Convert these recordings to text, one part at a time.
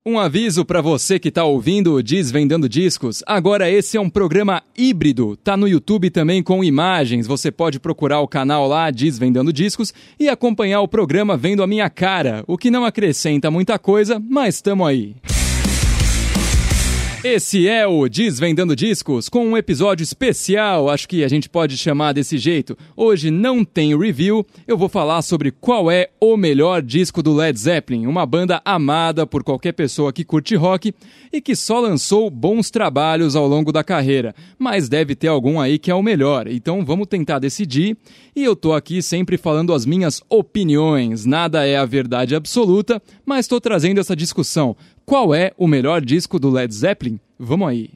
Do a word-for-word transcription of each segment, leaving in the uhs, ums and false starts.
Um aviso para você que está ouvindo o Desvendando Discos, agora esse é um programa híbrido, tá no YouTube também com imagens, você pode procurar o canal lá Desvendando Discos e acompanhar o programa vendo a minha cara, o que não acrescenta muita coisa, mas tamo aí. Esse é o Desvendando Discos, com um episódio especial, acho que a gente pode chamar desse jeito. Hoje não tem review, eu vou falar sobre qual é o melhor disco do Led Zeppelin, uma banda amada por qualquer pessoa que curte rock e que só lançou bons trabalhos ao longo da carreira, mas deve ter algum aí que é o melhor, então vamos tentar decidir. E eu tô aqui sempre falando as minhas opiniões, nada é a verdade absoluta, mas tô trazendo essa discussão. Qual é o melhor disco do Led Zeppelin? Vamos aí!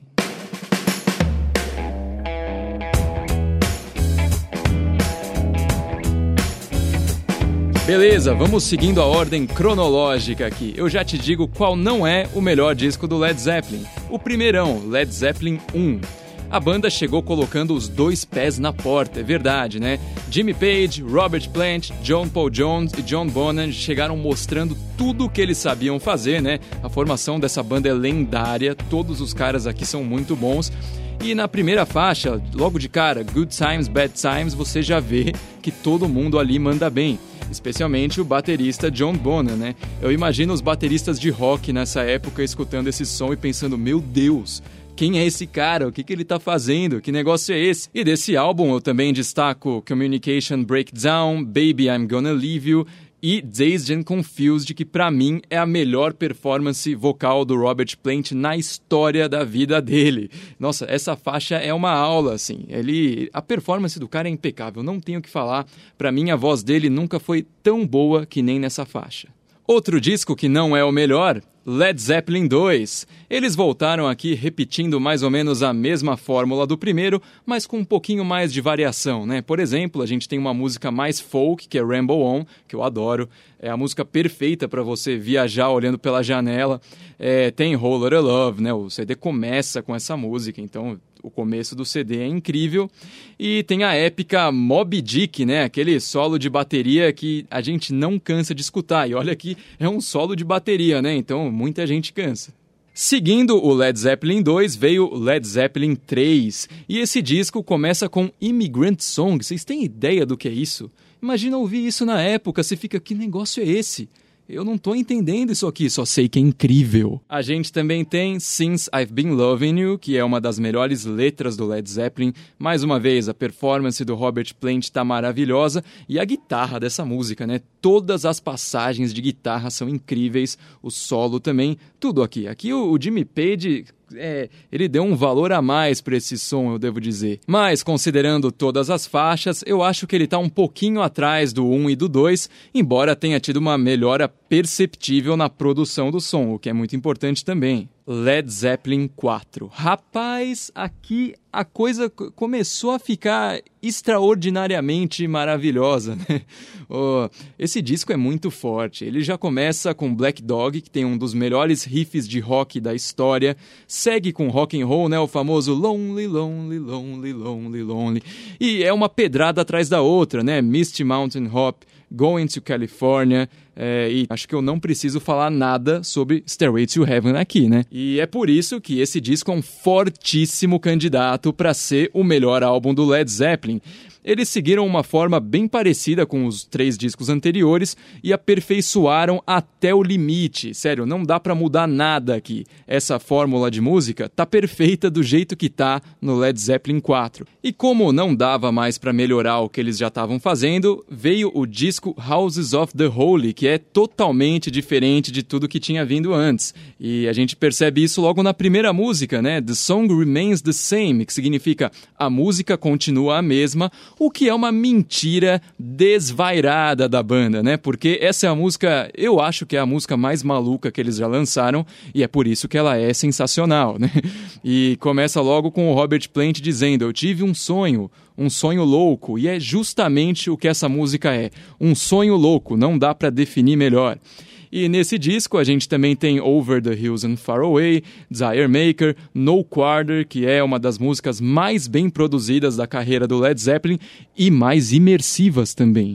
Beleza, vamos seguindo a ordem cronológica aqui. Eu já te digo qual não é o melhor disco do Led Zeppelin. O primeirão, Led Zeppelin um. A banda chegou colocando os dois pés na porta, é verdade, né? Jimmy Page, Robert Plant, John Paul Jones e John Bonham chegaram mostrando tudo o que eles sabiam fazer, né? A formação dessa banda é lendária, todos os caras aqui são muito bons. E na primeira faixa, logo de cara, Good Times, Bad Times, você já vê que todo mundo ali manda bem. Especialmente o baterista John Bonham, né? Eu imagino os bateristas de rock nessa época escutando esse som e pensando, meu Deus... Quem é esse cara? O que, que ele tá fazendo? Que negócio é esse? E desse álbum eu também destaco Communication Breakdown, Baby I'm Gonna Leave You e Dazed and Confused, que pra mim é a melhor performance vocal do Robert Plant na história da vida dele. Nossa, essa faixa é uma aula, assim. Ele, a performance do cara é impecável, não tenho o que falar. Pra mim a voz dele nunca foi tão boa que nem nessa faixa. Outro disco que não é o melhor, Led Zeppelin dois. Eles voltaram aqui repetindo mais ou menos a mesma fórmula do primeiro, mas com um pouquinho mais de variação, né? Por exemplo, a gente tem uma música mais folk, que é Ramble On, que eu adoro. É a música perfeita para você viajar olhando pela janela. É, tem Whole Lotta Love, né? O C D começa com essa música, então... O começo do C D é incrível. E tem a épica Moby Dick, né? Aquele solo de bateria que a gente não cansa de escutar. E olha que é um solo de bateria, né? Então muita gente cansa. Seguindo o Led Zeppelin dois, veio Led Zeppelin três. E esse disco começa com Immigrant Song. Vocês têm ideia do que é isso? Imagina ouvir isso na época, você fica, que negócio é esse? Eu não tô entendendo isso aqui, só sei que é incrível. A gente também tem Since I've Been Loving You, que é uma das melhores letras do Led Zeppelin. Mais uma vez, a performance do Robert Plant tá maravilhosa e a guitarra dessa música, né? Todas as passagens de guitarra são incríveis, o solo também, tudo aqui. Aqui o, o Jimmy Page... É, ele deu um valor a mais para esse som, eu devo dizer. Mas, considerando todas as faixas, eu acho que ele tá um pouquinho atrás do um e do dois, embora tenha tido uma melhora perceptível na produção do som, o que é muito importante também. Led Zeppelin quatro. Rapaz, aqui a coisa começou a ficar extraordinariamente maravilhosa, né? Oh, esse disco é muito forte. Ele já começa com Black Dog, que tem um dos melhores riffs de rock da história. Segue com rock and roll, né? O famoso Lonely, Lonely, Lonely, Lonely, Lonely. E é uma pedrada atrás da outra, né? Misty Mountain Hop, Going to California, é, e acho que eu não preciso falar nada sobre Stairway to Heaven aqui, né? E é por isso que esse disco é um fortíssimo candidato para ser o melhor álbum do Led Zeppelin. Eles seguiram uma forma bem parecida com os três discos anteriores e aperfeiçoaram até o limite. Sério, não dá pra mudar nada aqui. Essa fórmula de música tá perfeita do jeito que tá no Led Zeppelin quatro. E como não dava mais pra melhorar o que eles já estavam fazendo, veio o disco Houses of the Holy, que é totalmente diferente de tudo que tinha vindo antes. E a gente percebe isso logo na primeira música, né? The Song Remains the Same, que significa a música continua a mesma, o que é uma mentira desvairada da banda, né? Porque essa é a música, eu acho que é a música mais maluca que eles já lançaram e é por isso que ela é sensacional, né? E começa logo com o Robert Plant dizendo, eu tive um sonho, um sonho louco, e é justamente o que essa música é, um sonho louco, não dá pra definir melhor. E nesse disco a gente também tem Over the Hills and Far Away, Desire Maker, No Quarter, que é uma das músicas mais bem produzidas da carreira do Led Zeppelin e mais imersivas também.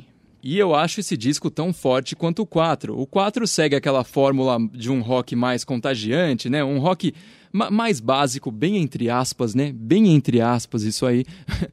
E eu acho esse disco tão forte quanto o quatro. O quatro segue aquela fórmula de um rock mais contagiante, né? Um rock ma- mais básico, bem entre aspas, né? Bem entre aspas, isso aí.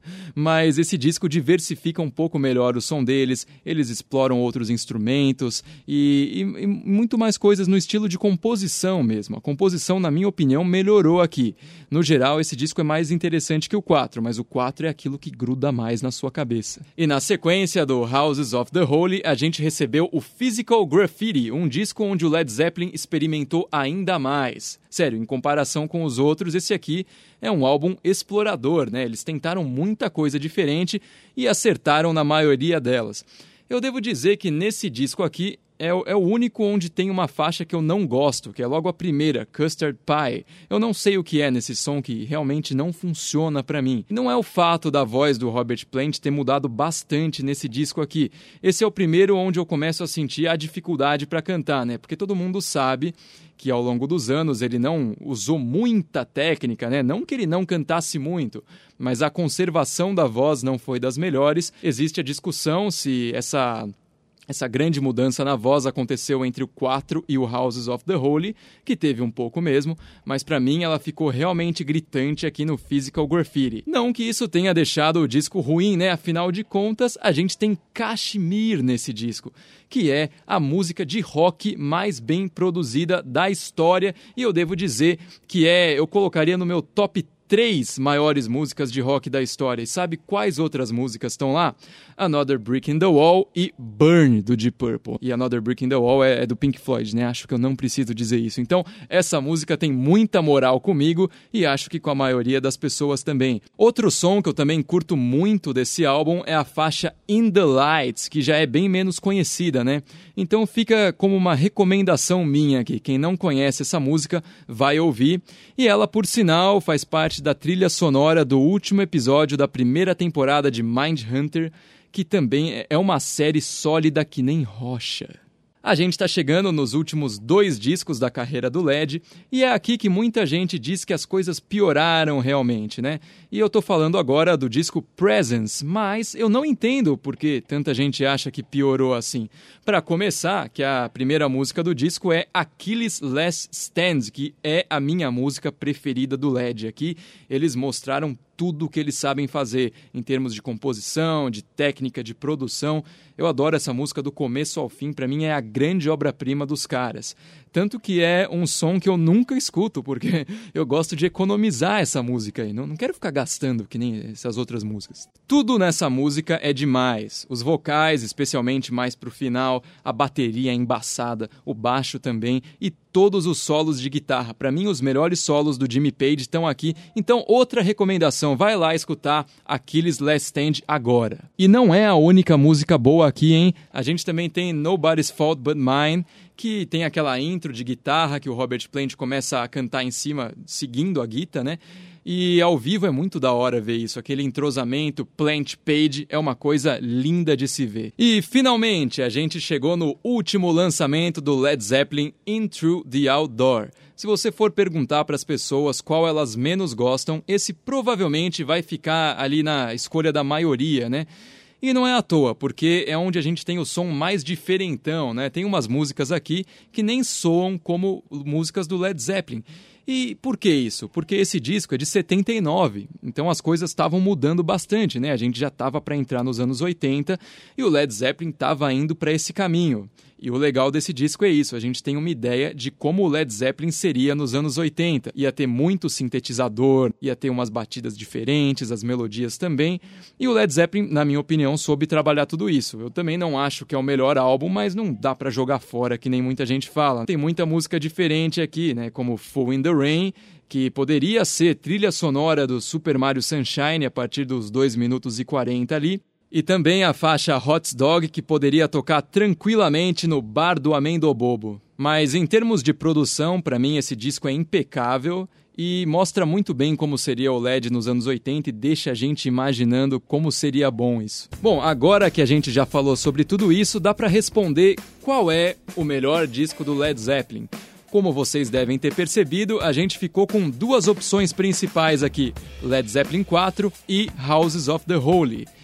Mas esse disco diversifica um pouco melhor o som deles, eles exploram outros instrumentos e, e, e muito mais coisas no estilo de composição mesmo. A composição, na minha opinião, melhorou aqui. No geral, esse disco é mais interessante que o quatro, mas o quatro é aquilo que gruda mais na sua cabeça. E na sequência do Houses of the Holy, a gente recebeu o Physical Graffiti, um disco onde o Led Zeppelin experimentou ainda mais. Sério, em comparação com os outros, esse aqui é um álbum explorador, né? Eles tentaram muita coisa diferente e acertaram na maioria delas. Eu devo dizer que nesse disco aqui é o, é o único onde tem uma faixa que eu não gosto, que é logo a primeira, Custard Pie. Eu não sei o que é nesse som que realmente não funciona pra mim. Não é o fato da voz do Robert Plant ter mudado bastante nesse disco aqui. Esse é o primeiro onde eu começo a sentir a dificuldade pra cantar, né? Porque todo mundo sabe que ao longo dos anos ele não usou muita técnica, né? Não que ele não cantasse muito, mas a conservação da voz não foi das melhores. Existe a discussão se essa... Essa grande mudança na voz aconteceu entre o quatro e o Houses of the Holy, que teve um pouco mesmo, mas pra mim ela ficou realmente gritante aqui no Physical Graffiti. Não que isso tenha deixado o disco ruim, né? Afinal de contas, a gente tem Kashmir nesse disco, que é a música de rock mais bem produzida da história, e eu devo dizer que é, eu colocaria no meu top três maiores músicas de rock da história. E sabe quais outras músicas estão lá? Another Brick in the Wall e Burn, do Deep Purple. E Another Brick in the Wall é, é do Pink Floyd, né? Acho que eu não preciso dizer isso. Então, essa música tem muita moral comigo e acho que com a maioria das pessoas também. Outro som que eu também curto muito desse álbum é a faixa In the Lights, que já é bem menos conhecida, né? Então fica como uma recomendação minha aqui. Quem não conhece essa música vai ouvir. E ela, por sinal, faz parte da trilha sonora do último episódio da primeira temporada de Mindhunter, que também é uma série sólida que nem rocha. A gente está chegando nos últimos dois discos da carreira do Led, e é aqui que muita gente diz que as coisas pioraram realmente, né? E eu tô falando agora do disco Presence, mas eu não entendo por que tanta gente acha que piorou assim. Para começar, que a primeira música do disco é Achilles Last Stand, que é a minha música preferida do Led. Aqui eles mostraram tudo o que eles sabem fazer em termos de composição, de técnica, de produção. Eu adoro essa música do começo ao fim, pra mim é a grande obra-prima dos caras. Tanto que é um som que eu nunca escuto, porque eu gosto de economizar essa música aí. Não, não quero ficar gastando que nem essas outras músicas. Tudo nessa música é demais. Os vocais, especialmente mais pro final, a bateria é embaçada, o baixo também e todos os solos de guitarra. Pra mim, os melhores solos do Jimmy Page estão aqui. Então, outra recomendação, vai lá escutar Achilles Last Stand agora. E não é a única música boa aqui, hein? A gente também tem Nobody's Fault But Mine, que tem aquela intro de guitarra que o Robert Plant começa a cantar em cima, seguindo a guitarra, né? E ao vivo é muito da hora ver isso, aquele entrosamento Plant-Page é uma coisa linda de se ver. E finalmente a gente chegou no último lançamento do Led Zeppelin, In Through the Outdoor. Se você for perguntar para as pessoas qual elas menos gostam, esse provavelmente vai ficar ali na escolha da maioria, né? E não é à toa, porque é onde a gente tem o som mais diferentão, né? Tem umas músicas aqui que nem soam como músicas do Led Zeppelin. E por que isso? Porque esse disco é de setenta e nove, então as coisas estavam mudando bastante, né? A gente já estava para entrar nos anos oitenta e o Led Zeppelin estava indo para esse caminho. E o legal desse disco é isso, a gente tem uma ideia de como o Led Zeppelin seria nos anos oitenta. Ia ter muito sintetizador, ia ter umas batidas diferentes, as melodias também. E o Led Zeppelin, na minha opinião, soube trabalhar tudo isso. Eu também não acho que é o melhor álbum, mas não dá pra jogar fora, que nem muita gente fala. Tem muita música diferente aqui, né? Como Fool in the Rain, que poderia ser trilha sonora do Super Mario Sunshine a partir dos dois minutos e quarenta ali. E também a faixa Hot Dog, que poderia tocar tranquilamente no bar do Amendobobo. Mas em termos de produção, para mim esse disco é impecável e mostra muito bem como seria o Led nos anos oitenta e deixa a gente imaginando como seria bom isso. Bom, agora que a gente já falou sobre tudo isso, dá para responder qual é o melhor disco do Led Zeppelin. Como vocês devem ter percebido, a gente ficou com duas opções principais aqui, Led Zeppelin quatro e Houses of the Holy.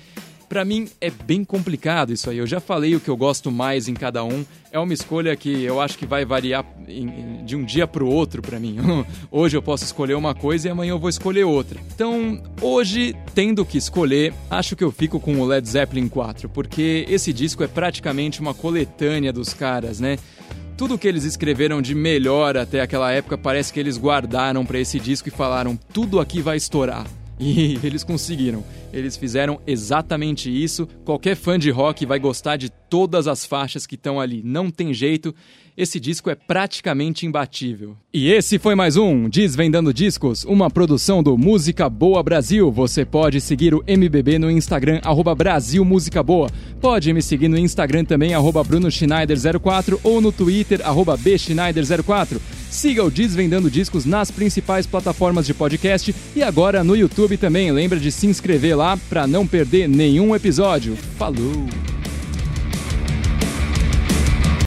Pra mim é bem complicado isso aí, eu já falei o que eu gosto mais em cada um, é uma escolha que eu acho que vai variar de um dia pro outro pra mim. Hoje eu posso escolher uma coisa e amanhã eu vou escolher outra. Então, hoje, tendo que escolher, acho que eu fico com o Led Zeppelin quatro, porque esse disco é praticamente uma coletânea dos caras, né? Tudo que eles escreveram de melhor até aquela época parece que eles guardaram pra esse disco e falaram, tudo aqui vai estourar. E eles conseguiram. Eles fizeram exatamente isso. Qualquer fã de rock vai gostar de todas as faixas que estão ali. Não tem jeito. Esse disco é praticamente imbatível. E esse foi mais um Desvendando Discos, uma produção do Música Boa Brasil. Você pode seguir o M B B no Instagram, arroba Brasil Música Boa. Pode me seguir no Instagram também, arroba Bruno Schneider zero quatro, ou no Twitter, arroba B Schneider zero quatro. Siga o Desvendando Discos nas principais plataformas de podcast e agora no YouTube também. Lembra de se inscrever lá para não perder nenhum episódio. Falou!